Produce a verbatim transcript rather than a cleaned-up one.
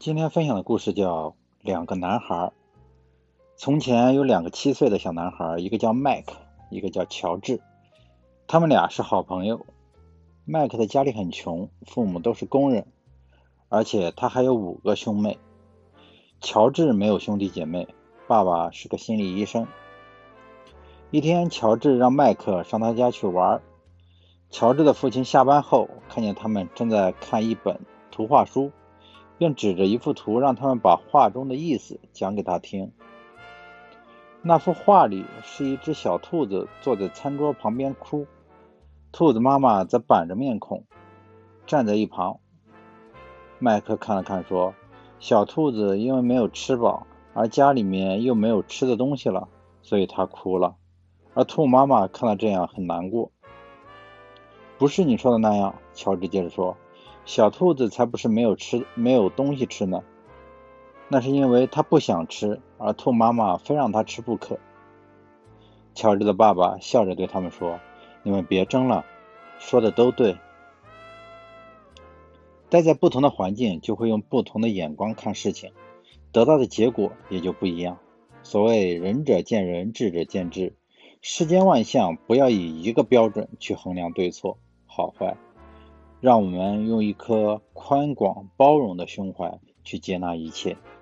今天分享的故事叫《两个男孩》。从前有两个七岁的小男孩，一个叫麦克，一个叫乔治。他们俩是好朋友。麦克的家里很穷，父母都是工人，而且他还有五个兄妹。乔治没有兄弟姐妹，爸爸是个心理医生。一天，乔治让麦克上他家去玩。乔治的父亲下班后看见他们正在看一本图画书，便指着一幅图让他们把画中的意思讲给他听。那幅画里是一只小兔子坐在餐桌旁边哭，兔子妈妈则板着面孔站在一旁。麦克看了看说，小兔子因为没有吃饱，而家里面又没有吃的东西了，所以它哭了，而兔妈妈看到这样很难过。不是你说的那样，乔治接着说，小兔子才不是没有吃没有东西吃呢，那是因为它不想吃，而兔妈妈非让它吃不可。乔治的爸爸笑着对他们说，你们别争了，说的都对。待在不同的环境，就会用不同的眼光看事情，得到的结果也就不一样。所谓仁者见仁，智者见智，世间万象不要以一个标准去衡量对错好坏，让我们用一颗宽广包容的胸怀去接纳一切。